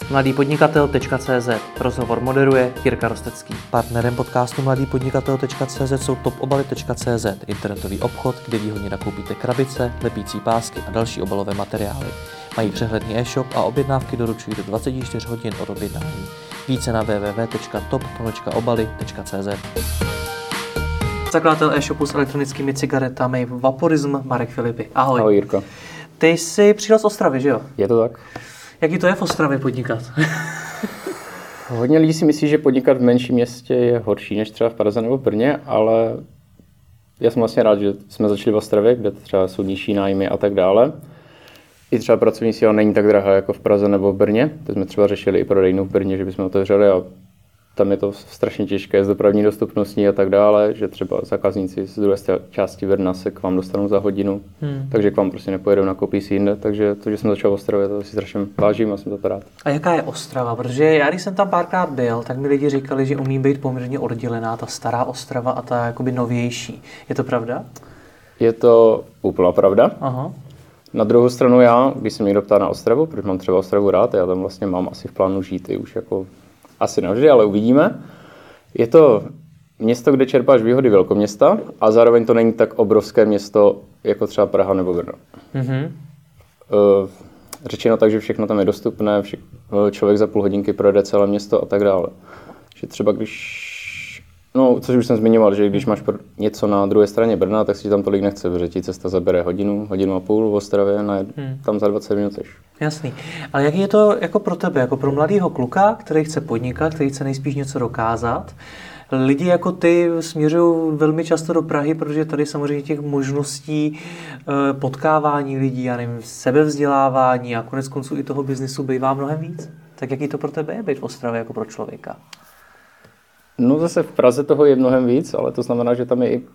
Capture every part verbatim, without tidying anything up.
mladý podnikatel tečka cé zet. Rozhovor moderuje Jirka Rostecký. Partnerem podcastu mladý podnikatel tečka cé zet jsou top obaly tečka cé zet, internetový obchod, kde výhodně nakoupíte krabice, lepící pásky a další obalové materiály. Mají přehledný e-shop a objednávky doručují do dvacet čtyři hodin od objednání. Více na w w w tečka top obaly tečka cé zet. Zakladatel e-shopu s elektronickými cigaretami Vaporism Marek Filipy. Ahoj. Ahoj Jirko. Ty jsi přijel z Ostravy, že jo? Je to tak. Jaký to je v Ostravě podnikat? Hodně lidí si myslí, že podnikat v menším městě je horší než třeba v Praze nebo v Brně, ale já jsem vlastně rád, že jsme začali v Ostravě, kde třeba jsou nižší nájmy a tak dále. I třeba pracovní síla není tak drahá jako v Praze nebo v Brně. Teď jsme třeba řešili i prodejnu v Brně, že bychom otevřeli a tam je to strašně těžké s dopravní dostupností a tak dále, že třeba zákazníci z druhé části Brna se k vám dostanou za hodinu, hmm. takže k vám prostě nepojedou, nakoupí si jinde, takže to, že jsem začal v Ostravě, to si strašně vážím a jsem za to rád. A jaká je Ostrava? Protože já, když jsem tam párkrát byl, tak mi lidi říkali, že umí být poměrně oddělená ta stará Ostrava a ta jakoby novější. Je to pravda? Je to úplná pravda. Aha. Na druhou stranu já, když jsem někdo ptá na Ostravu, protože mám třeba Ostravu rád, já tam vlastně mám asi v plánu žít i už jako asi navždy, ale uvidíme. Je to město, kde čerpáš výhody velkoměsta a zároveň to není tak obrovské město jako třeba Praha nebo Brno. Mm-hmm. Řečeno tak, že všechno tam je dostupné, vše, člověk za půl hodinky projede celé město a tak dále. Že třeba když, no což už jsem zmiňoval, že když máš něco na druhé straně Brna, tak si tam tolik nechce, protože ti cesta zabere hodinu, hodinu a půl v Ostravě, na, hmm. tam za dvacet minut tež. Jasný. Ale jak je to jako pro tebe, jako pro mladého kluka, který chce podnikat, který chce nejspíš něco dokázat? Lidi jako ty směřují velmi často do Prahy, protože tady samozřejmě těch možností potkávání lidí, já nevím, sebevzdělávání a konec konců i toho biznisu bývá mnohem víc. Tak jaký to pro tebe je být v Ostravě jako pro člověka? No zase v Praze toho je mnohem víc, ale to znamená, že tam je i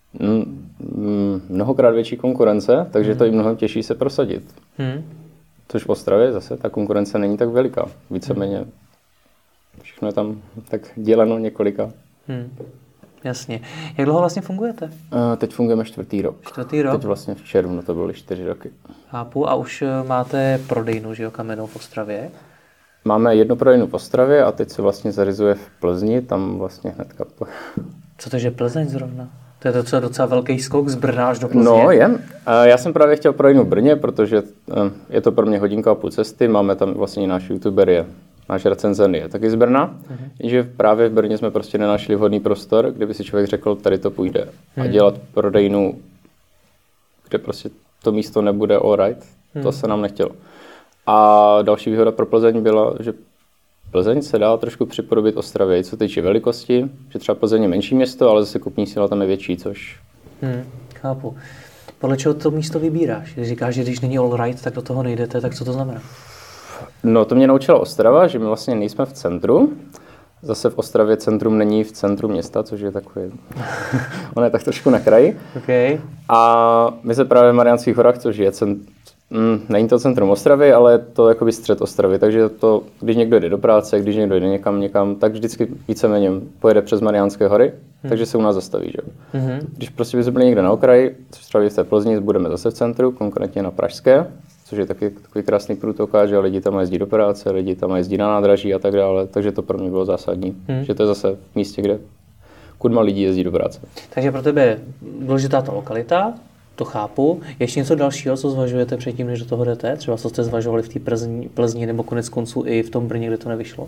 mnohokrát větší konkurence, takže hmm. to je mnohem těžší se prosadit. Hmm. Což v Ostravě zase ta konkurence není tak veliká. Víceméně všechno je tam tak děleno několika. Hmm. Jasně. Jak dlouho vlastně fungujete? Uh, teď fungujeme čtvrtý rok. Čtvrtý rok? Teď vlastně v červnu to byly čtyři roky. Chápu. A už máte prodejnu, že jo, kamennou v Ostravě? Máme jednu prodejnu v Ostravě a teď se vlastně zařizuje v Plzni, tam vlastně hnedka... Po... Co to je Plzeň zrovna? To je docela, docela velký skok z Brna až do Plzně. No, je. Já jsem právě chtěl prodejnu v Brně, protože je to pro mě hodinka a půl cesty. Máme tam vlastně náš youtuber, je, náš recenzen je taky z Brna. Uh-huh. Že právě v Brně jsme prostě nenašli vhodný prostor, kde by si člověk řekl, tady to půjde. Uh-huh. A dělat prodejnu, kde prostě to místo nebude all right, uh-huh. to se nám nechtělo. A další výhoda pro Plzeň byla, že Plzeň se dá trošku připodobit Ostravě, co týče velikosti, že třeba Plzeň je menší město, ale zase kupní síla tam je větší, což... Hmm, chápu. Podle čeho to místo vybíráš? Když říkáš, že když není all right, tak do toho nejdete, tak co to znamená? No to mě naučila Ostrava, že my vlastně nejsme v centru. Zase v Ostravě centrum není v centru města, což je takový... ono je tak trošku na kraji. Okay. A my se právě v Mariánských horách, což je cent... Mm, není to centrum Ostravy, ale je to jakoby střed Ostravy, takže to, když někdo jde do práce, když někdo jde někam, někam, tak vždycky víceméně pojede přes Mariánské hory, hmm. takže se u nás zastaví, že? Hmm. Když prostě by jsme byli někde na okraji, což třeba v té Plzni, budeme zase v centru, konkrétně na Pražské, což je taky takový krásný průtok, že lidi tam jezdí do práce, lidi tam jezdí na nádraží a tak dále, takže to pro mě bylo zásadní, hmm. že to je zase v místě, kde kudma lidí jezdí do práce. Takže pro tebe je důležitá ta lokalita. To chápu. Ještě něco dalšího, co zvažujete předtím, než do toho jdete? Třeba co jste zvažovali v té Plzni, Plzni nebo konec konců i v tom Brně, kde to nevyšlo?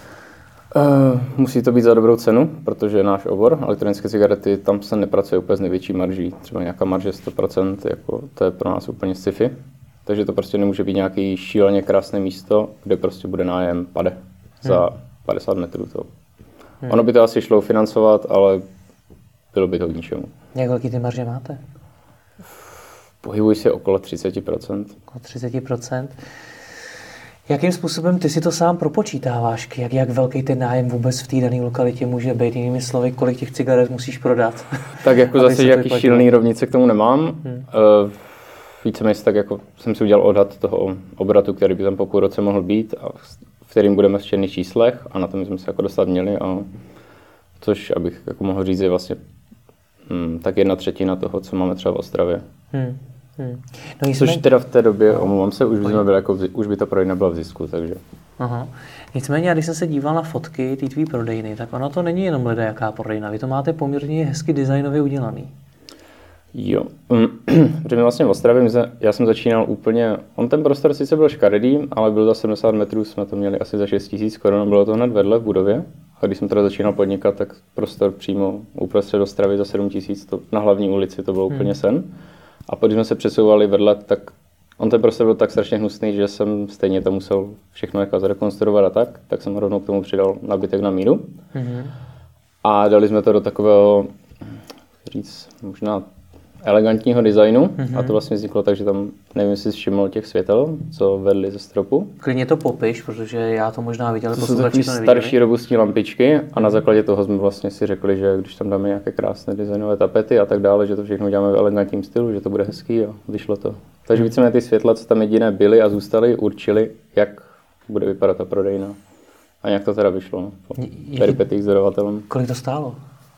Uh, musí to být za dobrou cenu, protože náš obor, elektronické cigarety, tam se nepracuje úplně s největší marží. Třeba nějaká marže sto procent, jako to je pro nás úplně sci-fi. Takže to prostě nemůže být nějaký šíleně krásné místo, kde prostě bude nájem pade za hmm. padesát metrů. To. Hmm. Ono by to asi šlo financovat, ale bylo by to k ničemu. Jak velký ty marže máte? Pohybuji se okolo třicet procent. Okolo třicet procent. Jakým způsobem ty si to sám propočítáváš? Jak, jak velký ten nájem vůbec v té dané lokalitě může být? Jinými slovy, kolik těch cigaret musíš prodat? Tak jako zase, jaký šílený rovnice k tomu nemám. Hmm. Uh, víceméně tak jako jsem si udělal odhad toho obratu, který by tam po půl roce mohl být, a v kterým budeme v černých číslech, a na tom jsme se jako dostat měli. A což, abych jako mohl říct, je vlastně hm, tak jedna třetina toho, co máme třeba v Ostravě. Hmm. Hmm. No, což jsme... teda v té době, no, omlouvám se, už by, jsme byli jako, už by ta prodejna byla v zisku, takže... Aha. Nicméně, když jsem se díval na fotky té tvý prodejny, tak ona to není jenom ledajaká prodejna. Vy to máte poměrně hezky designově udělaný. Jo, protože my vlastně v Ostravě, já jsem začínal úplně, on ten prostor sice byl škaredý, ale byl za sedmdesát metrů, jsme to měli asi za šest tisíc korun, bylo to hned vedle v budově. A když jsem teda začínal podnikat, tak prostor přímo uprostřed Ostravy za sedm tisíc, to na hlavní ulici, to bylo hmm. úplně sen. A když jsme se přesouvali vedle, tak on ten prostor byl tak strašně hnusný, že jsem stejně to musel všechno nechat zrekonstruovat a tak, tak jsem rovnou k tomu přidal nábytek na míru. Hmm. A dali jsme to do takového, říct, možná elegantního designu mm-hmm. a to vlastně vzniklo tak, že tam, nevím, jestli jsi všiml těch světel, co vedly ze stropu. Klidně to popiš, protože já to možná viděl, to jsou takové starší robustní lampičky a na základě toho jsme vlastně si řekli, že když tam dáme nějaké krásné designové tapety a tak dále, že to všechno uděláme v elegantním stylu, že to bude hezký a vyšlo to. Takže víceméně ty světla, co tam jediné byly a zůstaly, určili, jak bude vypadat ta prodejna. A nějak to teda vyšlo, no, po peripetích s dodavatelem. Kolik to stálo?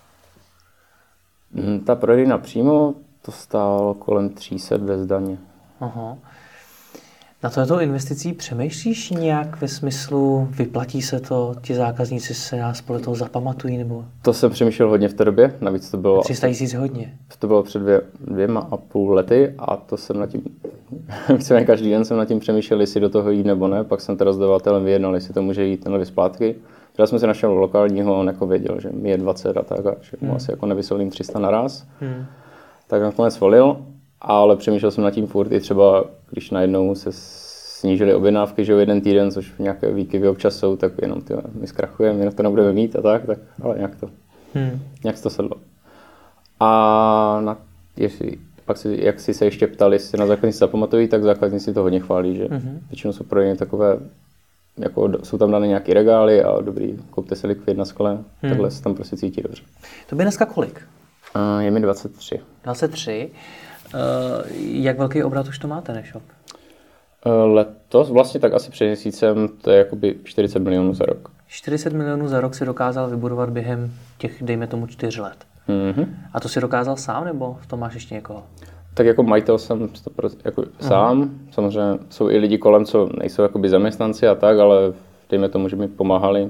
Ta prodejna přímo, to stálo kolem tři sta bez daně. Aha. Na tohleto investicí přemýšlíš nějak ve smyslu, vyplatí se to, ti zákazníci se nás podle toho zapamatují? Nebo? To jsem přemýšlel hodně v té době, navíc to bylo... tři sta tisíc hodně. To bylo před dvě, dvěma a půl lety a to jsem nad tím... Víceméně každý den jsem nad tím přemýšlel, jestli do toho jít nebo ne, pak jsem teda s dodavatelem vyjednal, jestli to může jít tenhle splátky. Já jsem si našel lokálního, on jako věděl, že mi je dvacet a tak a že mu hmm. asi jako nevysolím tři sta naraz. Hmm. Tak nakonec volil, ale přemýšlel jsem nad tím furt i třeba, když najednou se snížily objednávky, že o jeden týden, což v nějaké výkyvy občas jsou, tak jenom ty, my zkrachujeme, my to nebudeme mít a tak, tak ale nějak to, hmm. nějak to sedlo. A na, jestli, pak si, jak si se ještě ptali, jestli na základníci zapamatují, tak základníci to hodně chválí, že hmm. většinou jsou prodejny takové, jako jsou tam dané nějaké regály a dobrý, koupte si likvid na skle, hmm. takhle se tam prostě cítí dobře. To by dneska kolik? Uh, je mi dvacet tři. dvacet tři. Uh, jak velký obrat už to máte, ne shop? Uh, letos, vlastně tak asi před měsícem, to je jakoby čtyřicet milionů za rok. čtyřicet milionů za rok si dokázal vybudovat během těch, dejme tomu, čtyř let. Mm-hmm. A to si dokázal sám, nebo v tom máš ještě někoho? Tak jako majitel jsem jako uh-huh. sám. Samozřejmě jsou i lidi kolem, co nejsou jakoby zaměstnanci a tak, ale dejme tomu, že mi pomáhali.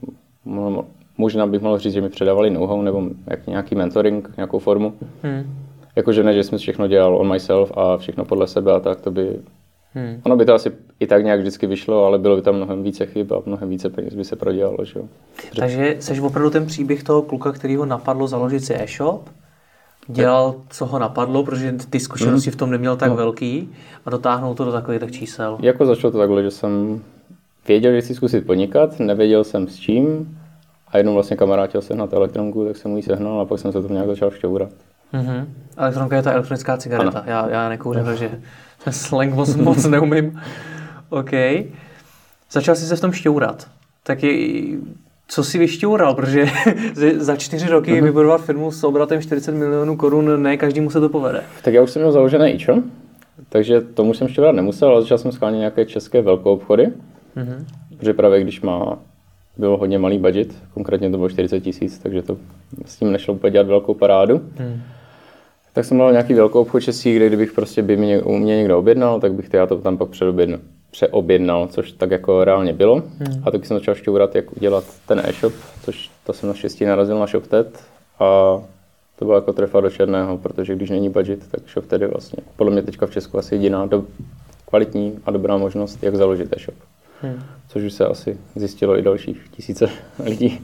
Možná bych mohl říct, že mi předávali know-how nebo jak nějaký mentoring, nějakou formu. Hmm. Jakože ne, že jsem všechno dělal on myself a všechno podle sebe a tak, to by... Hmm. Ono by to asi i tak nějak vždycky vyšlo, ale bylo by tam mnohem více chyb a mnohem více peněz by se prodělalo, že jo. Takže jsi opravdu ten příběh toho kluka, který ho napadlo založit si e-shop, dělal, co ho napadlo, protože ty zkušenosti hmm. v tom neměl tak no. velký a dotáhnul to do takových tak čísel. Jako začalo to takhle, že jsem věděl, že chci zkusit podnikat, nevěděl jsem s čím. A jednou vlastně kamarád chtěl sehnat elektronku, tak jsem ji sehnal a pak jsem se to nějak začal šťourat. Mm-hmm. Elektronka je ta elektronická cigareta. Já, já nekouřím, takže ten slang moc, moc neumím. OK. Začal jsi se v tom šťourat. Tak je, co jsi vyšťoural? Protože za čtyři roky mm-hmm. vybudovat firmu s obratem čtyřicet milionů korun, ne každému se to povede. Tak já už jsem měl založené ičo, takže tomu jsem šťourat nemusel, ale začal jsem schválit nějaké české velkou obchody. Mm-hmm. Protože právě když má bylo hodně malý budget, konkrétně to bylo čtyřicet tisíc, takže to s tím nešlo úplně dělat velkou parádu. Hmm. Tak jsem měl nějaký velkou obchod český, kde kdybych prostě by mě, u mě někdo objednal, tak bych to já to tam pak předobjednal, přeobjednal, což tak jako reálně bylo. Hmm. A taky jsem začal šťourat, jak udělat ten e-shop, což to jsem naštěstí narazil na ShopTet a to bylo jako trefa do černého, protože když není budget, tak ShopTet je vlastně podle mě teďka v Česku asi jediná do, kvalitní a dobrá možnost, jak založit e-shop. Hmm. Což už se asi zjistilo i dalších tisíce lidí.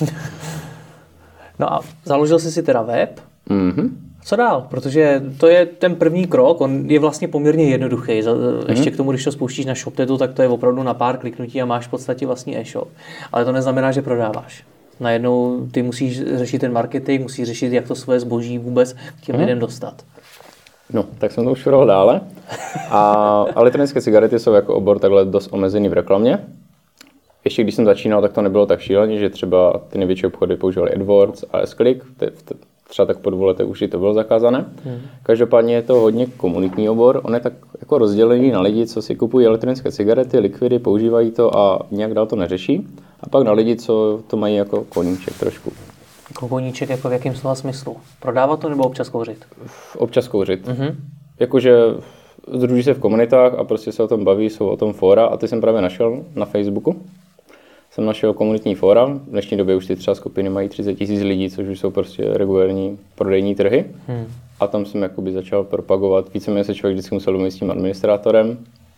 No a založil jsi si teda web. Mm-hmm. Co dál? Protože to je ten první krok, on je vlastně poměrně jednoduchý. Ještě mm-hmm. k tomu, když to spouštíš na ShopTetu, tak to je opravdu na pár kliknutí a máš v podstatě vlastní e-shop. Ale to neznamená, že prodáváš. Najednou ty musíš řešit ten marketing, musíš řešit, jak to svoje zboží vůbec k těm mm-hmm. lidem dostat. No, tak jsem to už šuroval dále. A elektronické cigarety jsou jako obor takhle dost omezený v reklamě. Ještě když jsem začínal, tak to nebylo tak šíleně, že třeba ty největší obchody používali AdWords a S-Click. Třeba tak po dvou letech už i to bylo zakázané. Hmm. Každopádně je to hodně komunitní obor. On je tak jako rozdělený na lidi, co si kupují elektronické cigarety, likvidy, používají to a nějak dál to neřeší. A pak na lidi, co to mají jako koníček trošku. Jako koníček, jako v jakém slova smyslu? Prodávat to nebo občas kouřit? Občas kouřit. Mm-hmm. Jakože združí se v komunitách a prostě se o tom baví, jsou o tom fóra a ty jsem právě našel na Facebooku. Jsem našel komunitní fóra, v dnešní době už ty třeba skupiny mají třicet tisíc lidí, což už jsou prostě regulární prodejní trhy. Hmm. A tam jsem jakoby začal propagovat, víceméně se člověk vždycky musel domluvit s tím administrátorem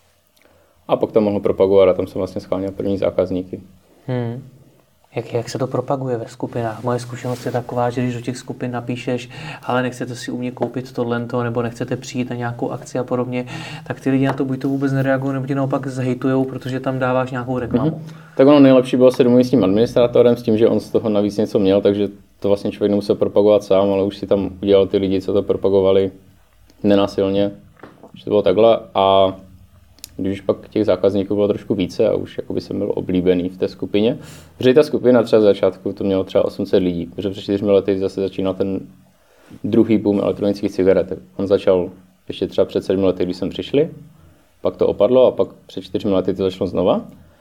a pak tam mohl propagovat a tam jsem vlastně scháněl první zákazníky. Hmm. Jak, jak se to propaguje ve skupinách? Moje zkušenost je taková, že když do těch skupin napíšeš, ale nechcete si u mě koupit tohle, nebo nechcete přijít na nějakou akci a podobně, tak ty lidi na to buď to vůbec nereagují, nebo ti naopak zhejtujou, protože tam dáváš nějakou reklamu. Mm-hmm. Tak ono nejlepší bylo se domluvit s tím administrátorem, s tím, že on z toho navíc něco měl, takže to vlastně člověk nemusel propagovat sám, ale už si tam udělal ty lidi, co to propagovali nenásilně, že to bylo takhle. A když pak těch zákazníků bylo trošku více a už jakoby jsem byl oblíbený v té skupině. Protože ta skupina třeba z začátku to mělo třeba osm set lidí, protože před čtyřmi lety zase začínal ten druhý boom elektronických cigaret. On začal ještě třeba před sedmi lety, když jsem přišli, pak to opadlo a pak před čtyřmi lety to začalo znova.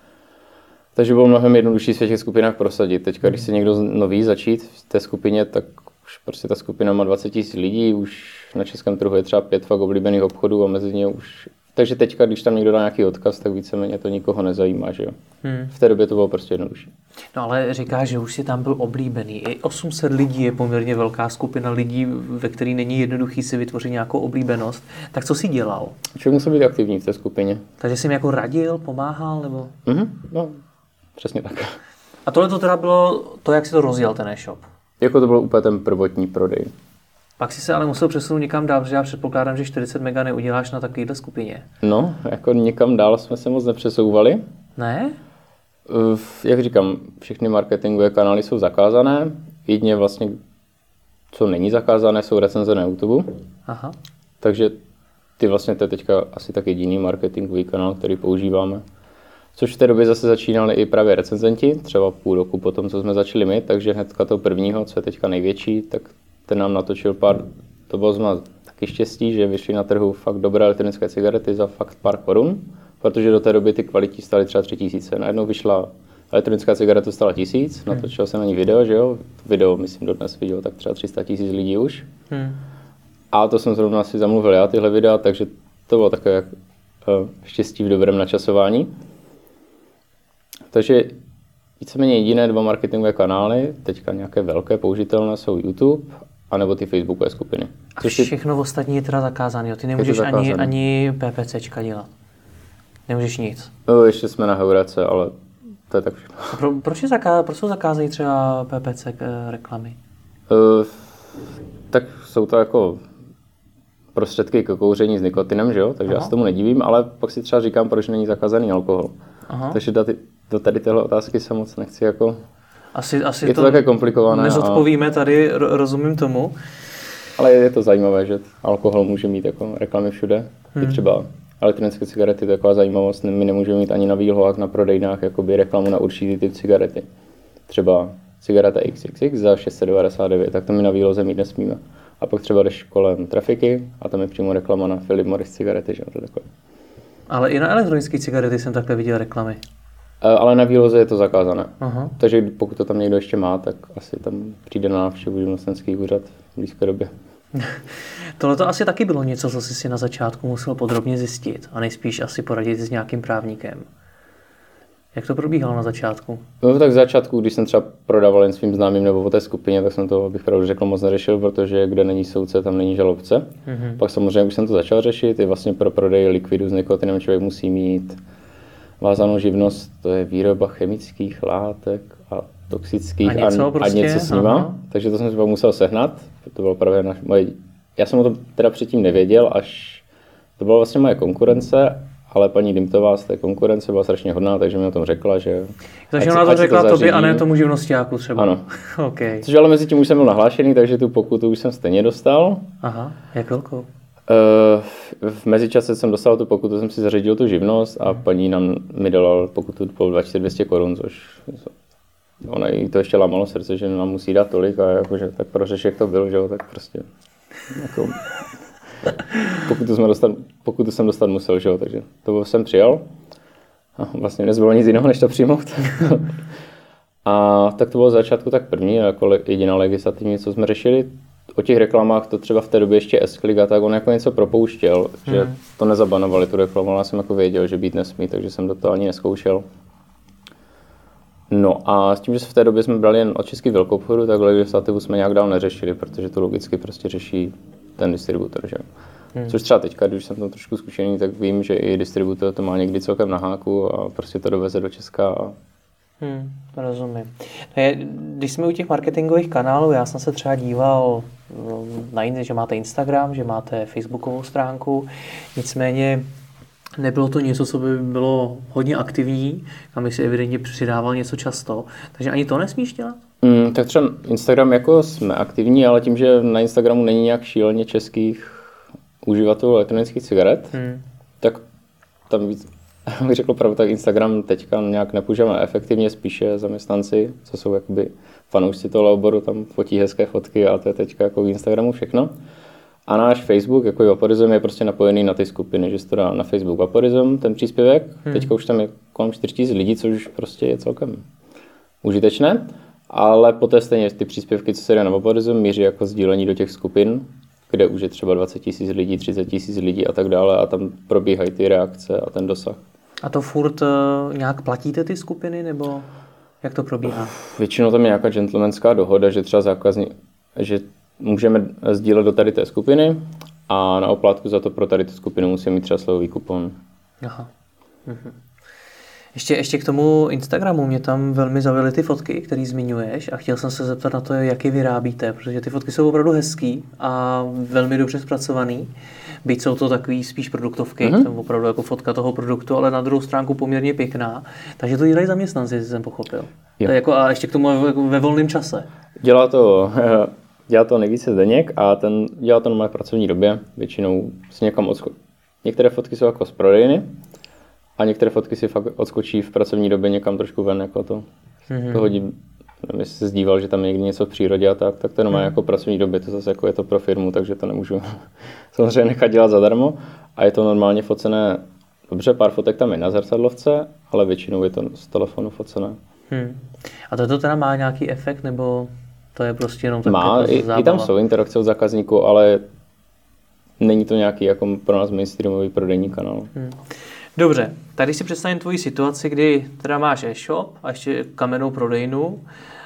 Takže bylo mnohem jednodušší v těch skupinách prosadit. Teďka, když se někdo nový začít v té skupině, tak už prostě ta skupina má dvacet tisíc lidí, už na českém trhu je třeba pět fakt oblíbených obchodů a mezi ně už. Takže teďka, když tam někdo dá nějaký odkaz, tak víceméně to nikoho nezajímá, že jo. Hmm. V té době to bylo prostě jednodušší. No ale říkáš, že už si tam byl oblíbený. I osm set lidí je poměrně velká skupina lidí, ve které není jednoduchý si vytvořit nějakou oblíbenost. Tak co jsi dělal? Člověk musel být aktivní v té skupině. Takže jsi jim jako radil, pomáhal, nebo? Mhm, no, přesně tak. A tohle to teda bylo to, jak jsi to rozjel, ten e-shop? Jako to byl úplně ten prvotní prodej. Pak si se ale musel přesunout někam dál, protože já předpokládám, že čtyřicet mega neuděláš na takovéhle skupině. No, jako někam dál jsme se moc nepřesouvali. Ne? Jak říkám, všechny marketingové kanály jsou zakázané. Jedině vlastně, co není zakázané, jsou recenze na YouTube. Aha. Takže ty vlastně to je teďka asi tak jediný marketingový kanál, který používáme. Což v té době zase začínali i právě recenzenti, třeba půl roku po tom, co jsme začali my, takže hnedka toho prvního, co je teďka největší, tak ten nám natočil pár, to bylo znamená taky štěstí, že vyšly na trhu fakt dobré elektronické cigarety za fakt pár korun, protože do té doby ty kvalitní stály třeba tři tisíce. Najednou vyšla elektronická cigareta stála tisíc, hmm. natočil jsem na ní video, že jo, video myslím dodnes vidělo tak třeba tři sta tisíc lidí už. Hmm. A to jsem zrovna si zamluvil já tyhle videa, takže to bylo takové jak, uh, štěstí v dobrém načasování. Takže víceméně jediné dva marketingové kanály, teďka nějaké velké použitelné, jsou YouTube anebo ty Facebookové skupiny. A všechno ty... ostatní je teda zakázané, jo? Ty nemůžeš ani, ani PPCčka dělat. Nemůžeš nic. No, ještě jsme na Heurace, ale to je tak všechno. Pro, proč, je zaká... proč jsou zakázají třeba P P C reklamy? Uh, tak jsou to jako prostředky k kouření s nikotinem, že jo? Takže Aha. já se tomu nedivím, ale pak si třeba říkám, proč není zakázaný alkohol. Aha. Takže do, do tady téhle otázky se moc nechci jako... Asi, asi je to, to také komplikované. Nezodpovíme a... tady, rozumím tomu. Ale je to zajímavé, že alkohol může mít jako reklamy všude. Hmm. I třeba elektronické cigarety, to je taková zajímavost. My nemůžeme mít ani na výlohách, na prodejnách jakoby reklamu na určitý typ cigarety. Třeba cigareta X X X za šest set devadesát devět, tak to my na výloze mít nesmíme. A pak třeba jdeš kolem trafiky a tam je přímo reklama na Philip Morris cigarety, že to je takové. Ale i na elektronické cigarety jsem takhle viděl reklamy. Ale na výloze je to zakázané. Aha. Takže pokud to tam někdo ještě má, tak asi tam přijde na návštěvu živnostenský úřad v blízké době. Tohle to asi taky bylo něco, co jsi si na začátku musel podrobně zjistit a nejspíš asi poradit s nějakým právníkem. Jak to probíhalo na začátku? No tak v začátku, když jsem třeba prodával jen svým známým nebo o té skupině, tak jsem to, bych pravdu řekl, moc neřešil, protože kde není soudce, tam není žalobce. Mm-hmm. Pak samozřejmě už jsem to začal řešit, i vlastně pro prodej likvidu s nikotinem člověk musí mít vázanou živnost, to je výroba chemických látek a toxických a něco, a, prostě? a něco s nima. Aha. Takže to jsem si pak musel sehnat, to bylo právě naš, moje, já jsem o tom teda předtím nevěděl, až to byla vlastně moje konkurence, ale paní Dimtová z té konkurence byla strašně hodná, takže mi o tom řekla, že... Takže ona to řekla to tobě a ne tomu živnostiáku třeba. Ano. Okay. Což ale mezi tím už jsem byl nahlášený, takže tu pokutu už jsem stejně dostal. Aha, jak velkou? Uh, v mezičase jsem dostal tu pokutu, jsem si zařídil tu živnost a paní nám mi dala pokutu po dvě tisíce dvě stě korun, což ona jí to ještě lámalo srdce, že nám musí dát tolik a jakože tak pro řešek to byl, že jo, tak prostě jako, pokutu, jsme dostat, pokutu jsem dostat musel, že jo, takže to jsem přijal a vlastně nezbylo nic jiného, než to přijmout. A tak to bylo z začátku tak první, jako jediná legislativní, co jsme řešili. o těch reklamách to třeba v té době ještě S-Click a tak on jako něco propouštěl, hmm. že to nezabanovali tu reklamu, já jsem jako věděl, že být nesmí, takže jsem do toho ani neskoušel. No a s tím, že v té době jsme brali jen od českých velkoobchodů, tak legislativu jsme nějak dál neřešili, protože to logicky prostě řeší ten distributor, že? Hmm. Což třeba teďka, když jsem tam trošku zkušený, tak vím, že i distributor to má někdy celkem na háku a prostě to doveze do Česka. A... Hmm, rozumím. Když jsme u těch marketingových kanálů, já jsem se třeba díval na jiné, že máte Instagram, že máte Facebookovou stránku, nicméně nebylo to něco, co by bylo hodně aktivní, kam bych si evidentně přidával něco často, takže ani to nesmíš dělat? Hmm, tak třeba Instagram jako jsme aktivní, ale tím, že na Instagramu není nějak šíleně českých uživatelů elektronických cigaret, hmm. tak tam víc, bych řekl pravdu, tak Instagram teďka nějak nepoužíváme efektivně, spíše zaměstnanci, co jsou jakoby fanoušci tohle oboru, tam fotí hezké fotky a to je teďka jako v Instagramu všechno. A náš Facebook, jako Vaporizm, je prostě napojený na ty skupiny, že se to dá na Facebook Vaporizm, ten příspěvek, hmm. teďka už tam je kolem čtyři tisíce lidí, což už prostě je celkem užitečné, ale poté stejně ty příspěvky, co se dá na Vaporizm, míří jako sdílení do těch skupin, kde už je třeba dvacet tisíc lidí, třicet tisíc lidí a tak dále a tam probíhají ty reakce a ten dosah. A to furt uh, nějak platíte ty skupiny, nebo jak to probíhá? Většinou tam je nějaká gentlemanská dohoda, že třeba zákazník, že můžeme sdílet do tady té skupiny a na oplátku za to pro tady tu skupinu musíme mít třeba slevový kupon. Aha. Mhm. Ještě, ještě k tomu Instagramu, mě tam velmi zaujily ty fotky, které zmiňuješ a chtěl jsem se zeptat na to, jak je vyrábíte, protože ty fotky jsou opravdu hezký a velmi dobře zpracovaný. Byť jsou to takový spíš produktovky, mm-hmm. tam opravdu jako fotka toho produktu, ale na druhou stránku poměrně pěkná. Takže to dělají zaměstnanci, jsem pochopil. Jako, a ještě k tomu jako ve volném čase. Dělá to, dělá to nejvíce Zdeněk a ten dělá to na mé pracovní době. Většinou si někam odsko... Některé fotky jsou jako z prodejny a některé fotky si fakt odskočí v pracovní době někam trošku ven, jako to. Mm-hmm. To hodí, nevím, jestli se zdíval, že tam je někdy něco v přírodě a tak, tak to jenom mm-hmm. jako pracovní době, to zase jako je to pro firmu, takže to nemůžu samozřejmě nechat dělat zadarmo. A je to normálně focené, dobře, pár fotek tam je na zrcadlovce, ale většinou je to z telefonu focené. Hmm. A to teda má nějaký efekt, nebo to je prostě jenom tak má, jako i, i tam jsou interakce od zákazníků, ale není to nějaký jako pro nás mainstreamový prodejní kanál. Hmm. Dobře, tady si představím tvoji situaci, kdy teda máš e-shop a ještě kamennou prodejnu. Uh,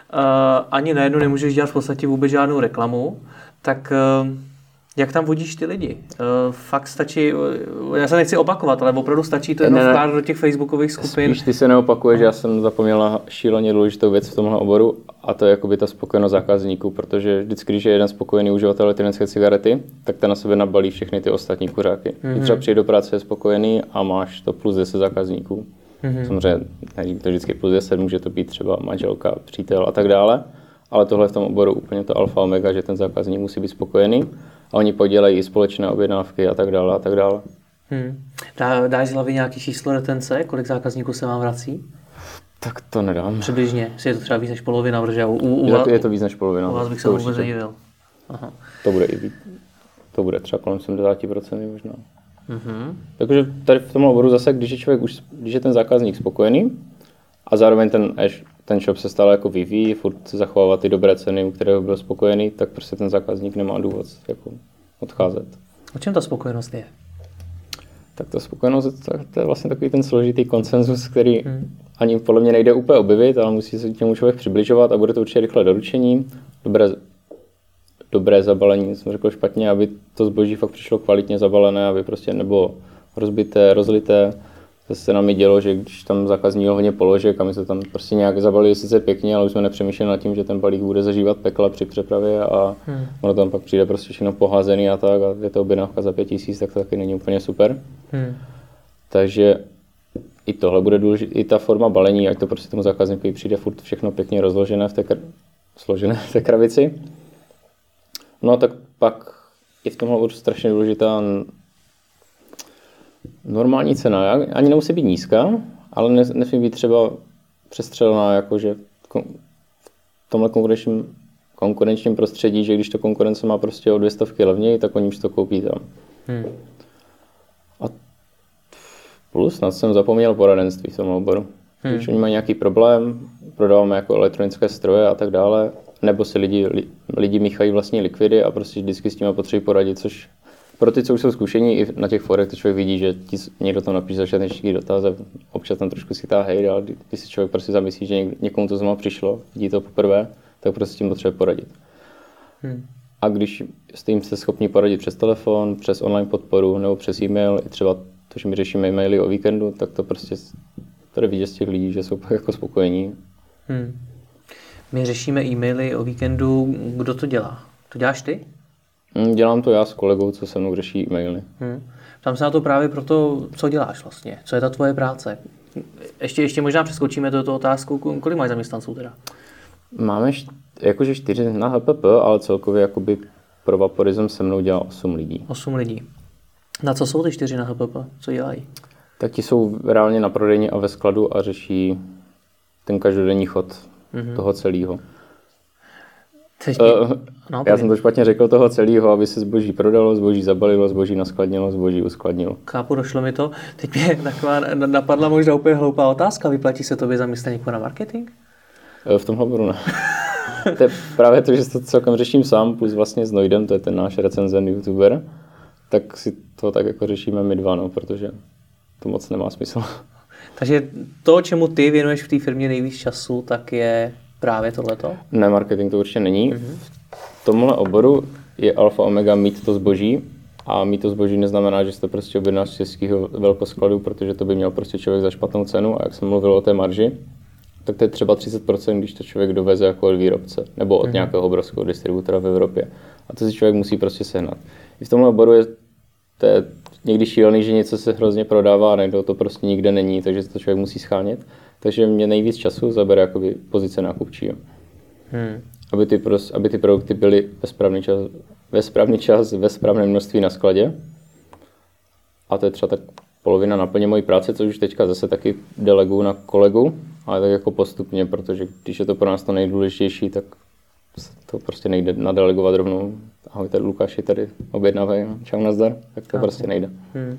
ani najednou nemůžeš dělat v podstatě vůbec žádnou reklamu, tak uh, jak tam vodíš ty lidi? Uh, fakt stačí, uh, já se nechci opakovat, ale opravdu stačí to jenom vkládat do těch facebookových skupin. Spíš ty se neopakuješ, já jsem zapomněl na šíleně důležitou věc v tomhle oboru a to je jakoby ta spokojenost zákazníků, protože vždycky, když je jeden spokojený uživatel elektronické cigarety, tak ten na sebe nabalí všechny ty ostatní kuřáky. Mm-hmm. Třeba přijde do práce je spokojený a máš to plus deset zákazníků. Mm-hmm. Samozřejmě není to vždycky plus deset, může to být třeba manželka, přítel a tak dále, ale tohle v tom oboru úplně to alfa omega, že ten zákazník musí být spokojený. A oni podělají společné objednávky a tak dále a tak dále. Hmm. Dá, dáš z hlavy nějaký číslo retence, kolik zákazníků se vám vrací? Tak to nedám. Přibližně, si je to třeba víc než polovina, protože u, u, je, to, je to víc než polovina. U vás bych se vůbec nedivil. Aha. To bude i víc. To bude třeba kolem sedmdesát procent možná. Mm-hmm. Takže tady v tomhle oboru zase, když je člověk už, když je ten zákazník spokojený a zároveň ten, ten shop se stále jako vyvíjí, furt se zachovává ty dobré ceny, u kterého byl spokojený, tak prostě ten zákazník nemá důvod jako odcházet. O čem ta spokojenost je? Tak ta spokojenost, to je vlastně takový ten složitý konsenzus, který hmm. ani podle mě nejde úplně objevit, ale musí se k němu člověk přibližovat a bude to určitě rychlé doručení, dobré, dobré zabalení, jsem řekl špatně, aby to zboží fakt přišlo kvalitně zabalené, aby prostě nebylo rozbité, rozlité. Zase se nám i dělo, že když tam zákazník měl hodně položek a my se tam prostě nějak zabalili sice pěkně, ale už jsme nepřemýšleli nad tím, že ten balík bude zažívat pekla při přepravě a hmm. ono tam pak přijde prostě všechno poházený a tak a je to objednávka za pět tisíc, tak to taky není úplně super. Hmm. Takže i tohle bude důležité, i ta forma balení, ať to prostě tomu zákazníkovi přijde furt všechno pěkně rozložené v té, kr... složené v té krabici. No tak pak i v tomhle bude strašně důležitá normální cena, ani nemusí být nízká, ale nesmí být třeba přestřelená, jakože v tomhle konkurenčním, konkurenčním prostředí, že když to konkurence má prostě o dvě stovky levněji, tak oni už to koupí tam. Hmm. A plus, snad jsem zapomněl poradenství v tom oboru. Hmm. Když oni mají nějaký problém, prodáváme jako elektronické stroje a tak dále, nebo si lidi, li, lidi míchají vlastní likvidy a prostě vždycky s tím potřebují poradit, což pro ty, co už jsou zkušení, i na těch forech to člověk vidí, že ti, někdo tam napíše začátečný dotaz a občas tam trošku schytá hejt, ale když si člověk prostě zamyslí, že někomu to znovu přišlo, vidí to poprvé, tak prostě s tím potřebuje poradit. Hmm. A když s tím jste schopni poradit přes telefon, přes online podporu nebo přes e-mail, i třeba to, že my řešíme e-maily o víkendu, tak to prostě to jde vidět z těch lidí, že jsou jako spokojení. Hmm. My řešíme e-maily o víkendu, kdo to dělá? To děláš ty? Dělám to já s kolegou, co se mnou řeší e-maily. Hmm. Tam se na to právě proto, co děláš vlastně, co je ta tvoje práce. Ještě, ještě možná přeskočíme do toho otázku, kolik máš zaměstnanců teda? Máme št- jakože čtyři na H P P, ale celkově jakoby pro Vaporism se mnou dělá osm lidí. Osm lidí. Na co jsou ty čtyři na H P P? Co dělají? Tak ti jsou reálně na prodejně a ve skladu a řeší ten každodenní chod mm-hmm. toho celého. Teď uh, no, já jsem to špatně řekl, toho celého, aby se zboží prodalo, zboží zabalilo, zboží naskladnilo, zboží uskladnilo. Chápu, došlo mi to. Teď mě taková napadla možná úplně hloupá otázka. Vyplatí se tobě zaměstnat někoho na marketing? V tomhle oboru ne. To je právě to, že to celkem řeším sám, plus vlastně s Noidem, to je ten náš recenzent youtuber, tak si to tak jako řešíme my dva, no, protože to moc nemá smysl. Takže to, čemu ty věnuješ v té firmě nejvíc času, tak je právě tohleto? Ne, marketing to určitě není. Mm-hmm. V tomhle oboru je alfa omega mít to zboží a mít to zboží neznamená, že jste prostě objednáš z českého velkoskladu, protože to by měl prostě člověk za špatnou cenu a jak jsem mluvil o té marži, tak to je třeba třicet procent, když to člověk doveze jako od výrobce nebo od mm-hmm. nějakého obrovského distributora v Evropě. A to si člověk musí prostě sehnat. I v tomhle oboru je, to je někdy šílený, že něco se hrozně prodává a najednou to prostě nikde není, takže to člověk musí schánět. Takže mě nejvíc času zabere jakoby pozice nákupčího. Hmm. Aby, ty pros, aby ty produkty byly ve správný čas, ve správný čas, ve správném množství na skladě. A to je třeba tak polovina naplně mojí práce, což už teďka zase taky deleguju na kolegu, ale tak jako postupně, protože když je to pro nás to nejdůležitější, tak to prostě nejde nadelegovat rovnou. Ahoj, tady Lukáši, tady objednávají, čau, nazdar, tak to Aha. prostě nejde. Hmm.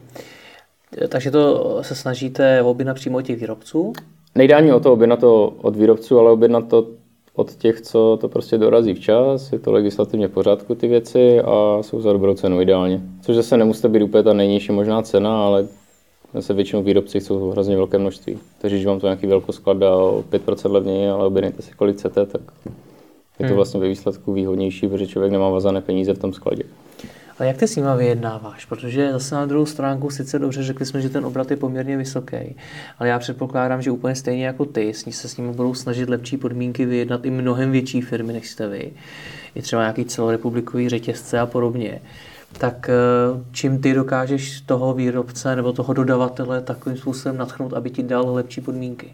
Takže to se snažíte objednat přímo od těch výrobců? Nejde ani o to objednat to od výrobců, ale objednat to od těch, co to prostě dorazí včas, je to legislativně v pořádku ty věci a jsou za dobrou cenu ideálně. Což zase nemusí být úplně ta nejnižší možná cena, ale zase většinou výrobci jsou hrozně velké množství. Takže když vám to nějaký velkosklad dá o pět procent levněji, ale objednejte si kolik chcete, tak je to vlastně ve výsledku výhodnější, protože člověk nemá vazané peníze v tom skladě. Ale jak ty s nima vyjednáváš? Protože zase na druhou stránku sice dobře řekli jsme, že ten obrat je poměrně vysoký, ale já předpokládám, že úplně stejně jako ty se s nimi budou snažit lepší podmínky vyjednat i mnohem větší firmy než jste vy. I třeba nějaký celorepublikový řetězce a podobně. Tak čím ty dokážeš toho výrobce nebo toho dodavatele takovým způsobem nadchnout, aby ti dal lepší podmínky?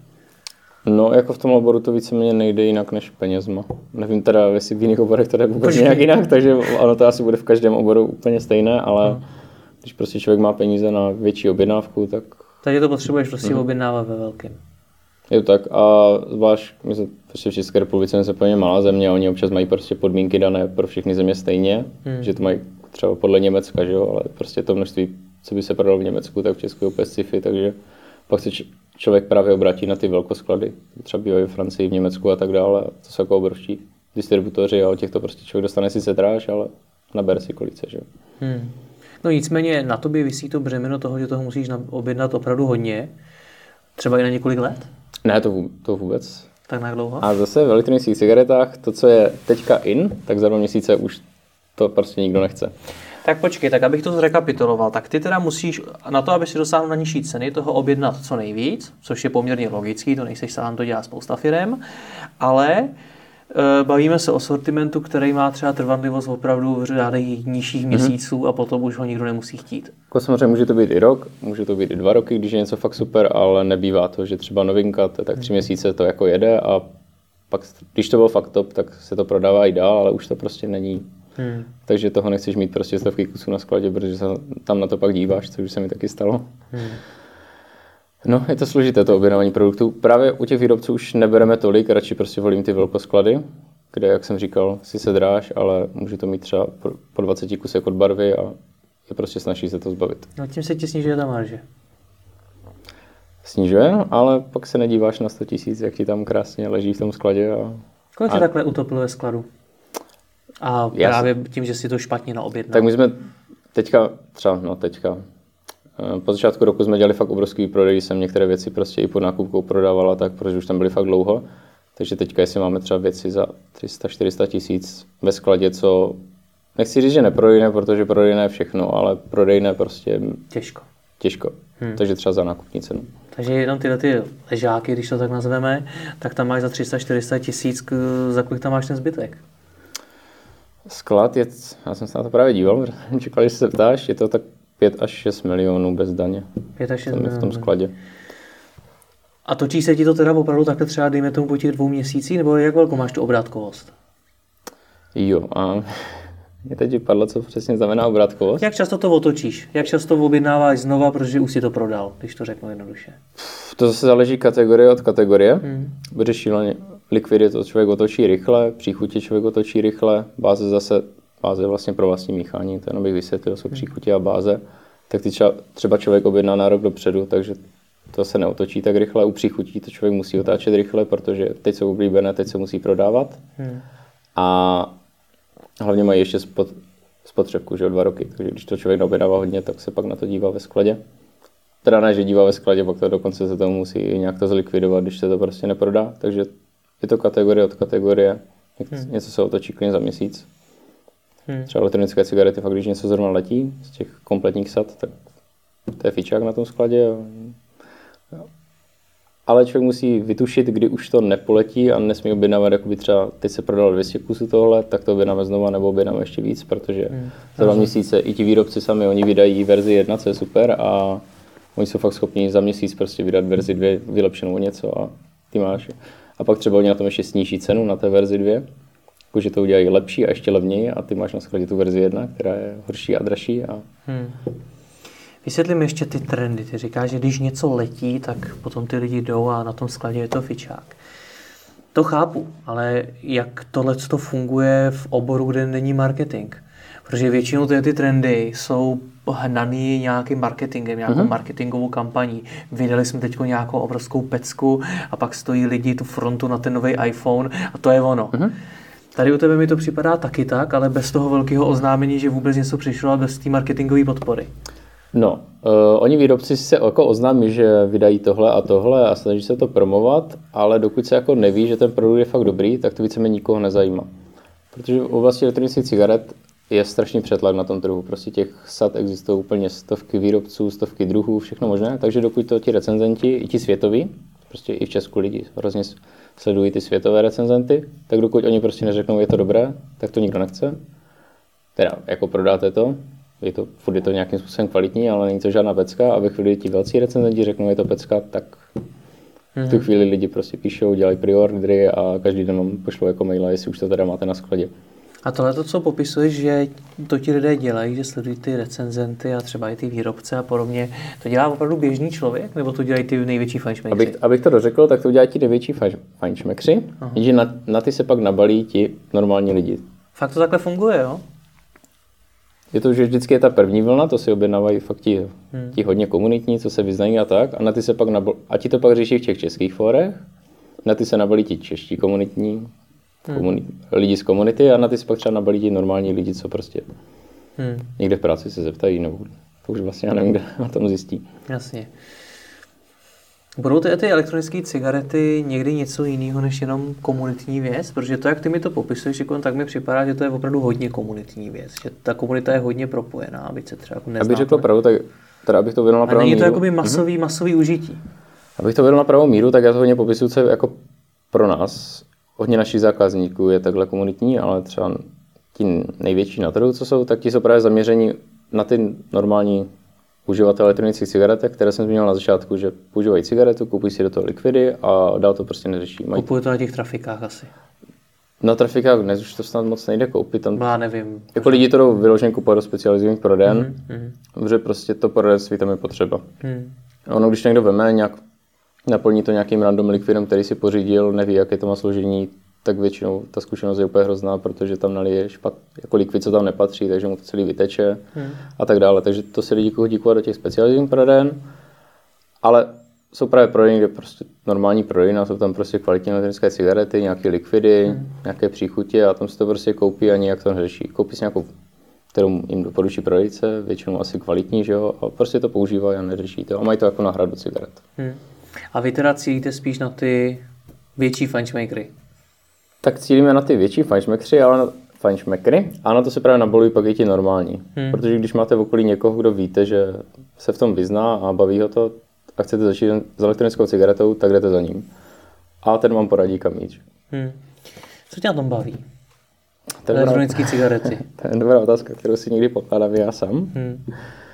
No, jako v tom oboru to víceméně nejde jinak než penězma. Nevím teda, jestli v jiných oborech to jde vůbec nějak jinak, takže ono to asi bude v každém oboru úplně stejné, ale hmm. když prostě člověk má peníze na větší objednávku, tak... Takže to potřebuješ prostě hmm. objednávat ve velkém. Je to tak a zvlášť, my jsme prostě v České republice jsme plně malá země a oni občas mají prostě podmínky dané pro všechny země stejně, hmm. že to mají třeba podle Německa, že jo, ale prostě to množství, co by se prodalo v Německu, tak v Česku je úplně sci-fi, takže pak se člověk právě obrátí na ty velkosklady, třeba bývají v Francii, v Německu a tak dále. To jsou jako obrovští distributoři a od těch to prostě člověk dostane sice dráž, ale nabere si kolik chce, že jo. Hmm. No nicméně na tobě visí to břemeno toho, že toho musíš objednat opravdu hodně, třeba i na několik let? Ne, to, to vůbec. Tak na jak dlouho? A zase v elektronických cigaretách, to, co je teďka in, tak za dva měsíce už to prostě nikdo nechce. Tak počkej, tak abych to zrekapituloval, tak ty teda musíš na to, aby si dosáhl na nižší ceny, toho objednat co nejvíc, což je poměrně logický, to nejseš sám, to dělá spousta firem, ale e, bavíme se o sortimentu, který má třeba trvanlivost opravdu v řádech nižších měsíců mm-hmm. a potom už ho nikdo nemusí chtít. Jako samozřejmě může to být i rok, může to být i dva roky, když je něco fakt super, ale nebývá to, že třeba novinka, to je tak tři měsíce to jako jede a pak, když to bylo fakt top, tak se to prodává i dál, ale už to prostě není. Hmm. Takže toho nechceš mít prostě stovky kusů na skladě, protože se tam na to pak díváš, což už se mi taky stalo. Hmm. No, je to složité to objednávání produktů. Právě u těch výrobců už nebereme tolik, radši prostě volím ty velkosklady, kde, jak jsem říkal, si se dráž, ale může to mít třeba po dvaceti kusech od barvy a je prostě snaží se to zbavit. No tím se ti snižuje ta marže. Snižuje, ale pak se nedíváš na sto tisíc, jak ti tam krásně leží v tom skladě a Kolik tě takhle utopilo ve skladu? A právě tím, že si to špatně naobjednal. Tak my jsme teďka, třeba no teďka, po začátku roku jsme dělali fakt obrovský prodej, jsem některé věci prostě i pod nákupkou prodávala, tak protože už tam byly fakt dlouho. Takže teďka, jestli máme třeba věci za tři sta čtyři sta tisíc ve skladě, co nechci říct, že neprodejné, protože prodejné je všechno, ale prodejné prostě těžko. Těžko. Hmm. Takže třeba za nákupní cenu. Takže jenom tyhle ty ležáky, když to tak nazveme, tak tam máš za tři sta čtyři sta tisíc, za kolik tam máš ten zbytek? Sklad je, já jsem se na to právě díval, čekal, že se ptáš, je to tak pět až šest milionů bez daně. pět až šest milionů. V tom skladě. A točí se ti to teda opravdu takhle třeba, dejme tomu po těch dvou měsících, nebo jak velkou máš tu obrátkovost? Jo, a mě teď vypadlo, co přesně znamená obrátkovost. Jak často to otočíš? Jak často objednáváš znova, protože už si to prodal, když to řeknu jednoduše? To zase záleží kategorie od kategorie. Hmm. Bude šíleně. Likvidy to člověk otočí rychle, příchutě člověk otočí rychle, báze zase, báze vlastně pro vlastní míchání, to jenom bych vysvětlil, jsou příchutě a báze. Tak ty třeba člověk objedná na rok dopředu, takže to se neotočí tak rychle. U příchutí to člověk musí otáčet rychle, protože teď jsou oblíbené, teď se musí prodávat. Hmm. A hlavně mají ještě spot, spotřebku, že o dva roky. Takže když to člověk objednává hodně, tak se pak na to dívá ve skladě. Teda ne, že dívá ve skladě, pak to dokonce se tomu musí nějak to zlikvidovat, když se to prostě neprodá. Takže je to kategorie od kategorie. Hmm. Něco se otočí klidně za měsíc. Hmm. Třeba elektronické cigarety, fakt když něco zrovna letí z těch kompletních sad, tak to je fičák na tom skladě. Ale člověk musí vytušit, kdy už to nepoletí a nesmí objednávat, jakoby třeba teď se prodalo dvě stě kusů tohle, tak to objednáme znova nebo objednáme ještě víc, protože hmm. za dva měsíce i ti výrobci sami, oni vydají verzi jedna, co je super, a oni jsou fakt schopni za měsíc prostě vydat verzi dvě vylepšenou o něco a ty máš. A pak třeba oni na tom ještě sníží cenu na té verzi dvě, jakože to udělají lepší a ještě levněji a ty máš na skladě tu verzi jedna, která je horší a dražší. A... Hmm. Vysvětlím ještě ty trendy. Ty říkáš, že když něco letí, tak potom ty lidi jdou a na tom skladě je to fičák. To chápu, ale jak tohle to funguje v oboru, kde není marketing? Protože většinou ty, ty trendy jsou hnaný nějakým marketingem, nějakou mm-hmm. marketingovou kampaní. Vydali jsme teď nějakou obrovskou pecku a pak stojí lidi tu frontu na ten nový iPhone a to je ono. Mm-hmm. Tady u tebe mi to připadá taky tak, ale bez toho velkého oznámení, že vůbec něco přišlo a bez té marketingové podpory. No, uh, oni výrobci se jako oznámí, že vydají tohle a tohle a snaží se to promovat, ale dokud se jako neví, že ten produkt je fakt dobrý, tak to víceméně nikoho nezajímá. Protože v oblasti elektronických cigaret je strašný přetlak na tom trhu. Prostě těch sad existují úplně stovky výrobců, stovky druhů, všechno možné, takže dokud to ti recenzenti, i ti světoví, prostě i v Česku lidi hrozně sledují ty světové recenzenty, tak dokud oni prostě neřeknou, je to dobré, tak to nikdo nechce. Teda jako prodáte to, je to, furt je to nějakým způsobem kvalitní, ale není to žádná pecka a ve chvíli ti velcí recenzenti řeknou, je to pecka, tak v tu chvíli lidi prostě píšou, dělají preordery a každý den vám pošlou jako maila, jestli už to teda máte na skladě. A tohle to, co popisuješ, že to ti lidé dělají, že sledují ty recenzenty a třeba i ty výrobce a podobně, to dělá opravdu běžný člověk, nebo to dělají ty největší fajnšmekři? Abych, abych to dořekl, tak to dělají ti největší fajnšmekři, že na, na ty se pak nabalí ti normální lidi. Fakt to takhle funguje, jo? Je to, že vždycky je ta první vlna, to si objednávají fakt ti, hmm. ti hodně komunitní, co se vyznají a tak, a na ty se pak nabalí, a ti to pak řeší v těch českých fórech, na ty se nabalí ti čeští komunitní, Komunit, hmm. lidi z komunity a na ty si pak třeba nabalí ti normální lidi, co prostě hmm. někde v práci se zeptají, nebo to už vlastně já nevím, kde na tom zjistí. Jasně. Budou ty, ty elektronické cigarety někdy něco jiného než jenom komunitní věc? Protože to, jak ty mi to popisuješ, tak mi připadá, že to je opravdu hodně komunitní věc. Že ta komunita je hodně propojená, aby se třeba jako neznáme. Abych řekl pravdu, tak teda abych to věděl na pravou míru. A není to jakoby masový, mm-hmm. masový užití? Abych to věděl na pravou míru, tak já to hodně popisuju, co jako pro nás. Hodně našich zákazníků je takhle komunitní, ale třeba ti největší na trhu, co jsou, tak ti jsou právě zaměření na ty normální uživatele elektronických cigaretek, které jsem zmínil na začátku, že používají cigaretu, kupují si do toho likvidy a dál to prostě neřeší. Mají... Kupují to na těch trafikách asi. Na trafikách dnes už to snad moc nejde koupit. Tam... Já nevím. Jako lidi to jdou vyloženě kupovat do specializovaných prodejen, mm-hmm. protože prostě to prodenství tam je potřeba. Mm. Ono, když někdo veme nějak naplní to nějakým random likvidem, který si pořídil, neví, jaké to má složení, tak většinou ta zkušenost je úplně hrozná, protože tam nalije špat, jako likvid, co tam nepatří, takže mu to celý vyteče hmm. a tak dále. Takže to se lidi chodí kupovat do těch specializovaných prodejen, ale jsou právě prodejny, kde prostě normální prodejna, jsou tam prostě kvalitní elektronické cigarety, nějaké likvidy, hmm. nějaké příchutě a tam si to prostě koupí a nijak to neřeší. Koupí si nějakou, kterou jim doporučí prodejce, většinou asi kvalitní, že jo, a prostě to používají a neřeší to a mají to jako náhradu cigaret. Hmm. A vy teda cílíte spíš na ty větší fajnšmekry? Tak cílíme na ty větší fajnšmekry, ale na fajnšmekry a na to se právě nabalují pak i ti normální. Hmm. Protože když máte v okolí někoho, kdo víte, že se v tom vyzná a baví ho to, a chcete začít s elektronickou cigaretou, tak jdete za ním. A ten vám poradí, kam jít. Hmm. Co tě na tom baví? Elektronické cigarety. To je dobrá otázka, kterou si někdy pokládám já sám. Hmm.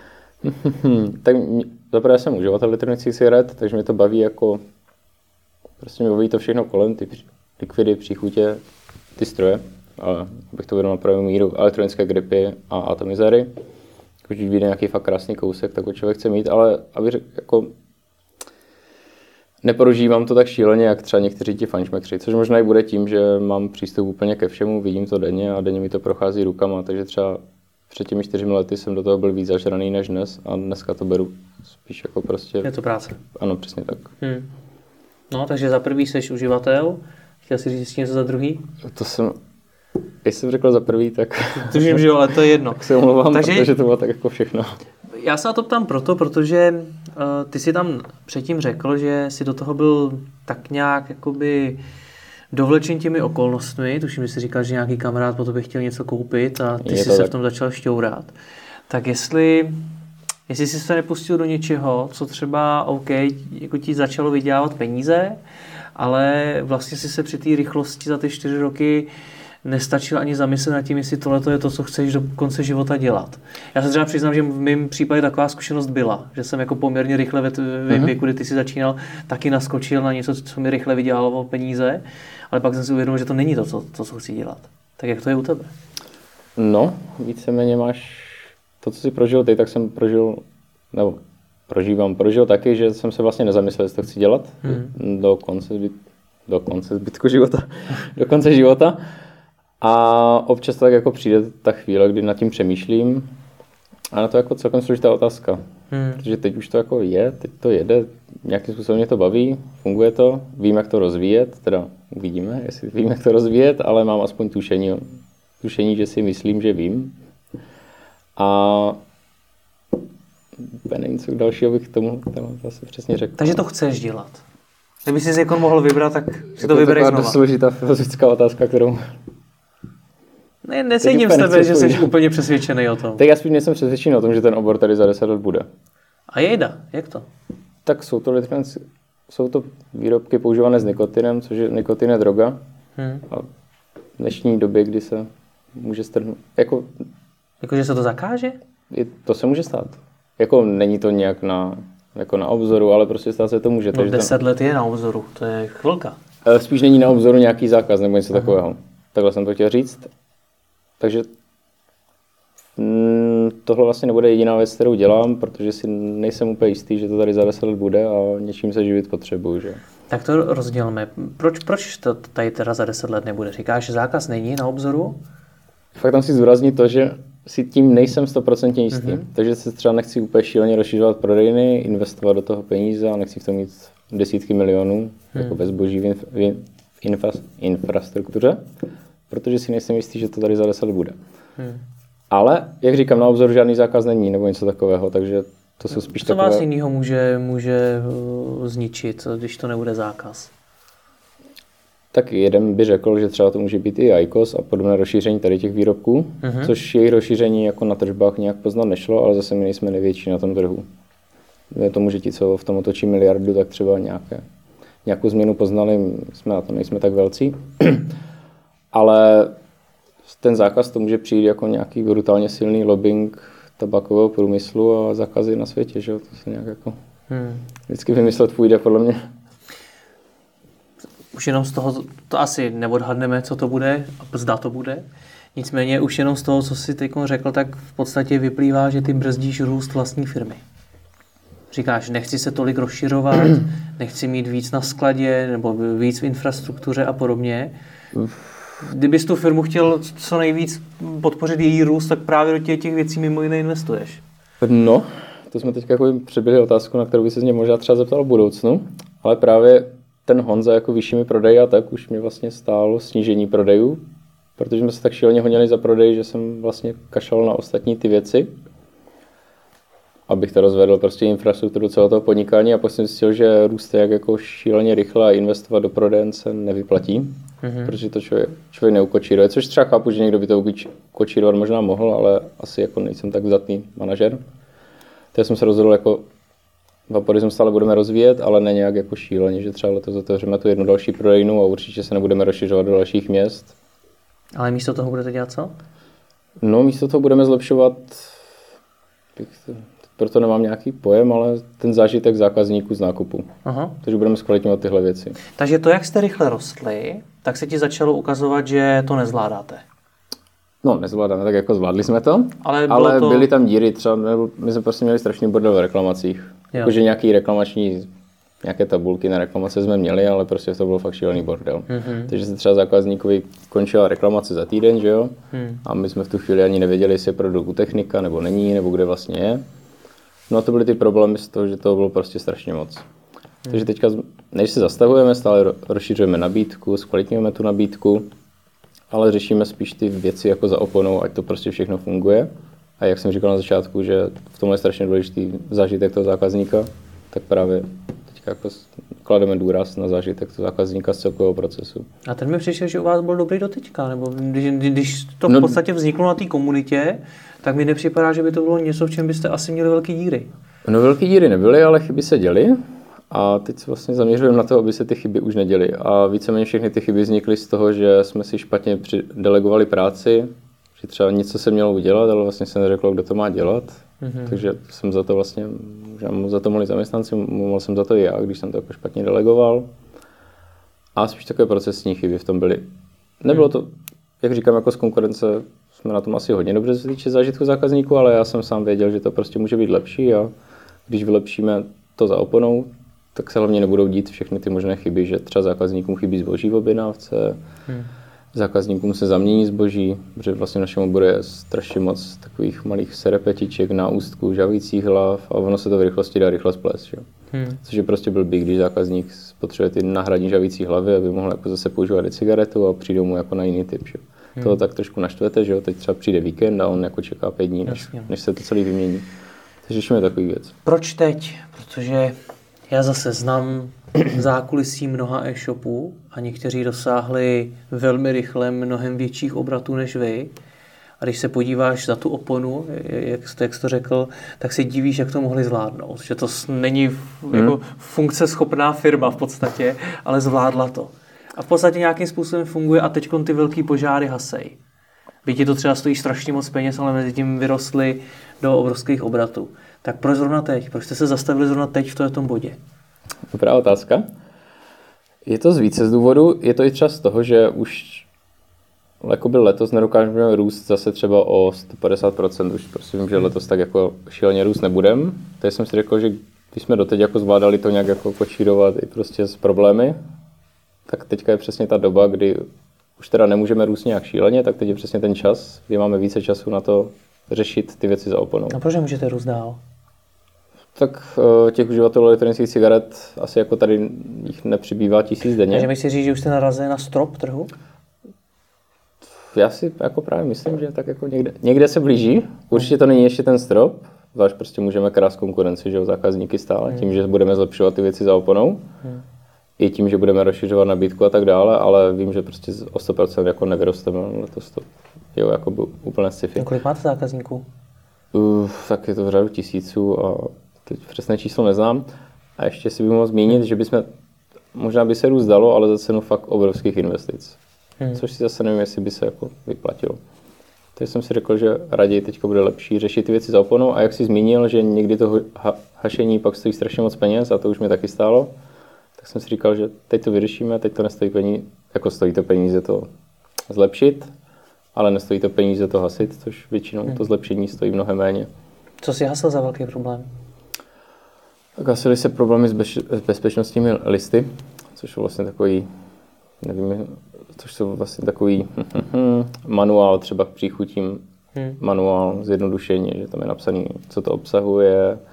Tak zaprvé jsem uživatel elektronických cigaret, takže mě to baví jako... Prostě mě baví to všechno kolem, ty likvidy, příchutě, ty stroje. Ale bych to uvedl na pravou míru, elektronické gripy a atomizery. Když vyjde nějaký fakt krásný kousek, tak ho člověk chce mít, ale aby řek, jako... Neprožívám to tak šíleně, jak třeba někteří ti fajnšmekři, což možná i bude tím, že mám přístup úplně ke všemu, vidím to denně a denně mi to prochází rukama, takže třeba před těmi čtyřmi lety jsem do toho byl víc zažraný než dnes a dneska to beru spíš jako prostě... Je to práce. Ano, přesně tak. Hmm. No, takže za prvý jsi uživatel, chtěl jsi říct něco za druhý? To jsem... Když jsem řekl za prvý, tak... Tužím, že jo, ale to je jedno. Tak se omlouvám, takže... protože to bylo tak jako všechno. Já se na to ptám proto, protože uh, ty si tam předtím řekl, že si do toho byl tak nějak jakoby dovlečen těmi okolnostmi. Tuším, že jsi říkal, že nějaký kamarád po tobě chtěl něco koupit a ty je jsi se tak v tom začal šťourat. Tak jestli, jestli jsi se nepustil do něčeho, co třeba OK, jako ti začalo vydělávat peníze, ale vlastně si se při té rychlosti za ty čtyři roky nestačil ani zamyslet nad tím, jestli tohle je to, co chceš do konce života dělat. Já se třeba přiznám, že v mém případě taková zkušenost byla, že jsem jako poměrně rychle ve tvém věku, kdy ty jsi začínal, taky naskočil na něco, co mi rychle vydělalo peníze, ale pak jsem si uvědomil, že to není to, co, to, co chci dělat. Tak jak to je u tebe? No, víceméně máš to, co jsi prožil ty, tak jsem prožil, nebo prožívám, prožil taky, že jsem se vlastně nezamyslel, jestli to chci dělat hmm. do konce, do konce zbytku života, do konce života. A občas tak jako přijde ta chvíle, kdy nad tím přemýšlím a na to jako celkem složitá otázka. Hmm. Protože teď už to jako je, teď to jede, nějakým způsobem mě to baví, funguje to, vím, jak to rozvíjet, teda uvidíme, jestli vím, jak to rozvíjet, ale mám aspoň tušení, tušení, že si myslím, že vím. A nevím, co dalšího bych k tomu zase přesně řekl. Takže to chceš dělat. Kdyby jsi jako mohl vybrat, tak si to vybereš znova. To je taková složitá filozofická otázka, kterou... Ne, necítím z tebe, že jsi úplně přesvědčený o tom. Tak já spíš nejsem přesvědčený o tom, že ten obor tady za deset let bude. A jejda, jak to? Tak jsou to, jsou to výrobky používané s nikotinem, což je nikotin je droga. Hmm. A v dnešní době, kdy se může strhnout... Jako, jako že se to zakáže? Je, to se může stát. Jako není to nějak na, jako na obzoru, ale prostě stát se to může. No deset let je na obzoru, to je chvilka. Spíš není na obzoru nějaký zákaz nebo něco Aha. takového. Takhle jsem to chtěl říct. Takže mm, tohle vlastně nebude jediná věc, kterou dělám, protože si nejsem úplně jistý, že to tady za deset let bude a něčím se živit potřebuji. Že? Tak to rozdělme. Proč, proč to tady teda za deset let nebude? Říkáš, že zákaz není na obzoru? Fakt tam si zdůraznit to, že si tím nejsem stoprocentně jistý. Mm-hmm. Takže se třeba nechci úplně šíleně rozšiřovat prodejny, investovat do toho peníze a nechci v tom mít desítky milionů, mm. jako bez boží v, inf- v infra- infrastruktuře. Protože si nejsem jistý, že to tady za deset let bude. Hmm. Ale, jak říkám, na obzoru žádný zákaz není, nebo něco takového, takže to jsou spíš Co takové... Co vás jinýho může, může zničit, když to nebude zákaz? Tak jeden by řekl, že třeba to může být i IQOS a podobné rozšíření tady těch výrobků, hmm. což jejich rozšíření jako na tržbách nějak poznat nešlo, ale zase my nejsme největší na tom trhu. Je tomu, že ti, co v tom otočí miliardu, tak třeba nějaké, nějakou změnu poznali, jsme na to nejsme tak velcí. Ale ten zákaz to může přijít jako nějaký brutálně silný lobbying tabakového průmyslu a zákazy na světě, že? To se nějak jako hmm. vždycky vymyslet půjde, podle mě. Už jenom z toho, to asi neodhadneme, co to bude a zda to bude. Nicméně už jenom z toho, co jsi teď řekl, tak v podstatě vyplývá, že ty brzdíš růst vlastní firmy. Říkáš, nechci se tolik rozšiřovat, nechci mít víc na skladě nebo víc v infrastruktuře a podobně. Kdybys tu firmu chtěl co nejvíc podpořit její růst, tak právě do těch, těch věcí mimo jiné investuješ. No, to jsme teď jako přebyli otázku, na kterou by se z něj možná třeba zeptal v budoucnu, ale právě ten Honza jako vyššími prodeji a tak už mě vlastně stálo snížení prodejů, protože jsme se tak šíleně honili za prodej, že jsem vlastně kašlal na ostatní ty věci, abych to rozvedl prostě infrastrukturu celého toho podnikání a pak jsem zjistil, že růst jak jako šíleně rychle a investovat do prodejen se nevyplatí, mm-hmm. protože to člověk, člověk neukočíruje, což třeba chápu, že někdo by to kočírovat možná mohl, ale asi jako nejsem tak zdatný manažer. Takže jsem se rozhodl jako Vaporism stále budeme rozvíjet, ale ne nějak jako šíleně, že třeba letos otevřeme tu jednu další prodejnu a určitě se nebudeme rozšiřovat do dalších měst. Ale místo toho budete dělat co? No místo toho budeme zlepšovat, proto nemám nějaký pojem, ale ten zážitek zákazníků z nákupu. Aha. Takže budeme zkvalitňovat tyhle věci. Takže to, jak jste rychle rostli, tak se ti začalo ukazovat, že to nezvládáte. No, nezvládáme, tak jako zvládli jsme to, ale, ale to... byly tam díry, třeba my jsme prostě měli strašný bordel v reklamacích. Jakože nějaký reklamační, nějaké tabulky na reklamace jsme měli, ale prostě to byl fakt šílený bordel. Mm-hmm. Takže se třeba zákazníkovi končila reklamace za týden, že jo? Mm. A my jsme v tu chvíli ani nevěděli, jestli je produkt u technika, nebo není, nebo kde vlastně je. No a to byly ty problémy z toho, že to bylo prostě strašně moc. Mm. Takže teďka, než se zastavujeme, stále rozšiřujeme nabídku, zkvalitňujeme tu nabídku, ale řešíme spíš ty věci jako za oponou, ať to prostě všechno funguje. A jak jsem říkal na začátku, že v tomhle je strašně důležitý zážitek toho zákazníka, tak právě teďka jako klademe důraz na zážitek toho zákazníka z celkového procesu. A ten mi přišel, že u vás byl dobrý do teďka, nebo když, když to v podstatě vzniklo na té komunitě, tak mi nepřipadá, že by to bylo něco, v čem byste asi měli velký díry. No velký díry nebyly, ale chyby se děly. A teď se vlastně zaměřujeme na to, aby se ty chyby už neděly. A víceméně všechny ty chyby vznikly z toho, že jsme si špatně delegovali práci, že třeba něco se mělo udělat, ale vlastně se neřeklo, kdo to má dělat. Mm-hmm. Takže jsem za to vlastně, že za to mohli zaměstnanci, mohl jsem za to i já, když jsem to jako špatně delegoval. A spíš takové procesní chyby v tom byly. Nebylo to, jak říkám, jako z konkurence jsme na tom asi hodně dobře, co se týče zážitku zákazníků, ale já jsem sám věděl, že to prostě může být lepší a když vylepšíme to za oponou, tak se hlavně nebudou dít všechny ty možné chyby, že třeba zákazníkům chybí zboží v objednávce, hmm. zákazníkům se zamění zboží, protože vlastně v našem oboru je strašně moc takových malých serepetiček, náustků, žavících hlav a ono se to v rychlosti dá rychle splést. Hmm. Což je prostě blbý, když zákazník potřebuje ty nahradní žavící hlavy, aby mohl jako zase používat cigaretu a přijde mu jako na jiný typ. Že? Hmm. Toho tak trošku naštvete, že jo? Teď třeba přijde víkend a on jako čeká pět dní, než, než se to celý vymění. Takže řešíme takový věc. Proč teď? Protože já zase znám zákulisí mnoha e-shopů a někteří dosáhli velmi rychle mnohem větších obratů než vy. A když se podíváš za tu oponu, jak jsi, jak jsi to řekl, tak si divíš, jak to mohli zvládnout. Že to není jako hmm. funkce schopná firma v podstatě, ale zvládla to. A v podstatě nějakým způsobem funguje a teď ty velký požáry hasej. Byť to třeba stojí strašně moc peněz, ale mezi tím vyrostly do obrovských obratů. Tak proč zrovna teď? Proč jste se zastavili zrovna teď v tomto bodě? Dobrá otázka. Je to z více z důvodu. Je to i třeba z toho, že už jakoby letos nedokážeme růst zase třeba o sto padesát procent. Už prostě vím, že letos tak jako šíleně růst nebudem. Takže jsem si řekl, že když jsme doteď jako zvládali to nějak jako kočírovat i prostě s problémy, tak teďka je přesně ta doba, kdy už teda nemůžeme růst nějak šíleně, tak teď je přesně ten čas, kdy máme více času na to řešit ty věci za oponou. A proč můžete růst dál? Tak těch uživatelů elektronických cigaret asi jako tady jich nepřibývá tisíc denně. Takže myslíš říct, že už jste narazili na strop trhu? Já si jako právě myslím, že tak jako někde, někde se blíží. Určitě to není ještě ten strop, zvlášť prostě můžeme krást konkurenci, že jo, zákazníky stále, hmm. tím, že budeme zlepšovat ty věci za oponou. Hmm. I tím, že budeme rozšiřovat nabídku a tak dále, ale vím, že prostě o sto procent jako nevyrosteme letos to jo, jako byl úplné sci-fi. Kolik máte zákazníků? Uh, tak je to v řadu tisíců a teď přesné číslo neznám. A ještě si bych mohl zmínit, že bychom, možná by se růst dalo, ale za cenu fakt obrovských investic. Hmm. Což si zase nevím, jestli by se jako vyplatilo. Takže jsem si řekl, že raději teď bude lepší řešit ty věci za oponou a jak jsi zmínil, že někdy to ha- hašení pak stojí strašně moc peněz a to už mi taky stálo, tak jsem si říkal, že teď to vyřešíme, teď to nestojí peníze, jako stojí to peníze to zlepšit, ale nestojí to peníze to hasit, což většinou hmm. to zlepšení stojí mnohem méně. Co jsi hasil za velký problém? Tak hasily se problémy s, bez, s bezpečnostními listy, což jsou vlastně takový, nevím, což jsou vlastně takový manuál třeba k příchutím, hmm. manuál zjednodušení, že tam je napsaný, co to obsahuje,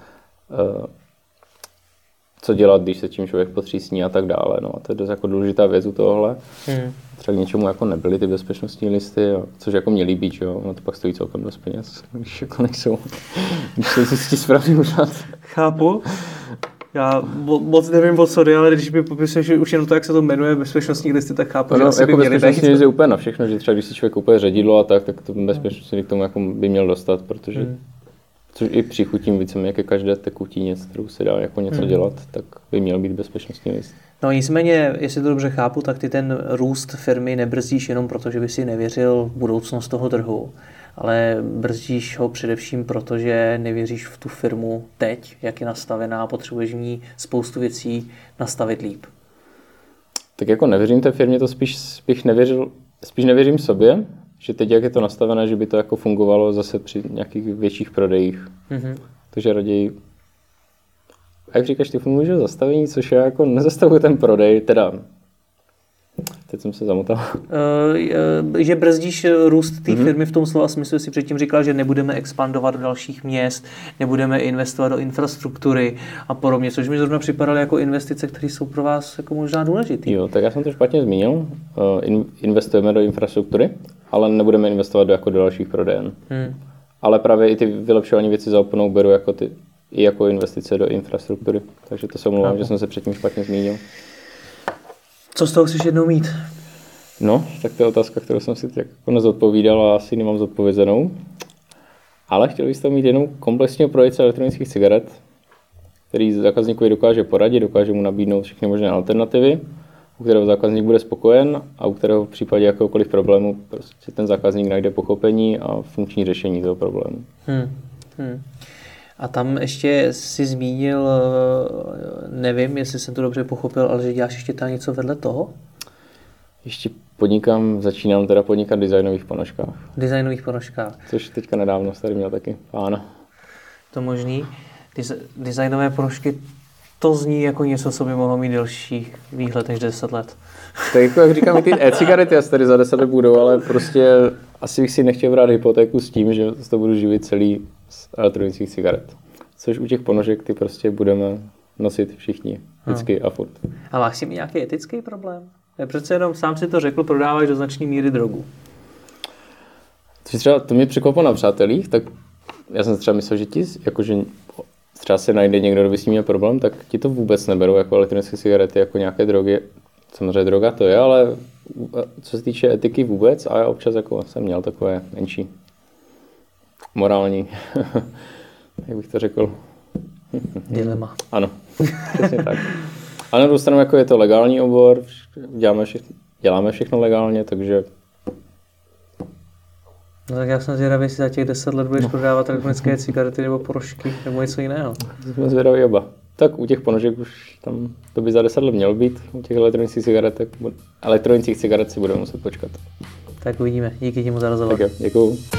co dělat, když se tím člověk potřísní a tak dále. No a to je dost jako důležitá věc u tohohle. Hmm. Třeba k něčemu jako nebyly ty bezpečnostní listy, což jako měly být, jo. No to pak stojí celkem dost peněz, když jako nejsou. Když se zjistí správný úřad. Chápu. Já moc nevím o co jde, ale když mi popisuješ už jenom to, jak se to jmenuje, bezpečnostní listy, tak chápu, no, že asi jako by měly bezpečnostní listy je úplně na všechno, že třeba když si člověk kupuje ředidlo a tak, tak to bezpečnostní k tomu jako by měl dostat, protože hmm. což i přichutím víceméně ke každé tekutině, s kterou se dá jako něco hmm. dělat, tak by měl být bezpečnostní list. No nicméně, jestli to dobře chápu, tak ty ten růst firmy nebrzdíš jenom proto, že by si nevěřil v budoucnost toho trhu, ale brzdíš ho především proto, že nevěříš v tu firmu teď, jak je nastavená, a potřebuješ v ní spoustu věcí nastavit líp. Tak jako nevěřím té firmě, to spíš, spíš, nevěřil, spíš nevěřím sobě, že teď, jak je to nastavené, že by to jako fungovalo zase při nějakých větších prodejích. Mm-hmm. Takže raději, jak říkáš, ty funguješ zastavení, což já jako nezastavuji ten prodej, teda teď jsem se zamotal. Uh, že brzdíš růst té mm-hmm. firmy v tom slova smyslu, si předtím říkal, že nebudeme expandovat do dalších měst, nebudeme investovat do infrastruktury a podobně, což mi zrovna připadaly jako investice, které jsou pro vás jako možná důležité. Jo, tak já jsem to špatně zmínil. Uh, in, investujeme do infrastruktury, ale nebudeme investovat do, jako do dalších prodejen. Hmm. Ale právě i ty vylepšování věci za oponou beru jako, ty, i jako investice do infrastruktury. Takže to se omlouvám, že jsem se předtím špatně zmínil. Co z toho chceš jednou mít? No, tak to je otázka, kterou jsem si tak jako nezodpovídal a asi nemám zodpovězenou. Ale chtěl bych to mít jednou komplexního prodejce elektronických cigaret, který zákazníkovi dokáže poradit, dokáže mu nabídnout všechny možné alternativy, u kterého zákazník bude spokojen a u kterého v případě jakéhokoliv problému prostě ten zákazník najde pochopení a funkční řešení toho problému. Hmm. Hmm. A tam ještě si zmínil, nevím, jestli jsem to dobře pochopil, ale že děláš ještě tam něco vedle toho? Ještě podnikám, začínám teda podnikat v designových ponožkách. V designových ponožkách. Což teďka nedávno tady měl taky pána. To možný. Desi- designové ponožky, to zní jako něco, co by mohlo mít delší výhled než deset let. Tak jako jak říkám, i ty e-cigarety asi tady za deset let budou, ale prostě asi bych si nechtěl brát hypotéku s tím, že to budu živit celý z elektronických cigaret. Což u těch ponožek ty prostě budeme nosit všichni, vždycky no. a furt. A máš si mi nějaký etický problém? Je přece jenom, sám si to řekl, prodáváš do značné míry drogu. Třeba to mě překvapilo na přátelích, tak já jsem třeba myslel, že ti, jakože třeba se najde někdo, kdo by s ním měl problém, tak ti to vůbec neberou jako elektronické cigarety, jako nějaké drogy. Samozřejmě droga to je, ale co se týče etiky vůbec, a já občas jako jsem měl takové menší morální, jak bych to řekl. Dilema. Ano, přesně tak. A na druhou stranu jako je to legální obor, děláme všechno, děláme všechno legálně, takže... No tak já jsem zvědavý, jestli za těch deset let budeš no. prodávat elektronické cigarety nebo ponožky nebo něco jiného. Jsme zvědaví oba. Tak u těch ponožek už tam to by za deset let mělo být, u těch elektronických cigaret, elektronických cigaret si budeme muset počkat. Tak uvidíme. Díky ti moc za rozhovor. Tak jo, děkuju.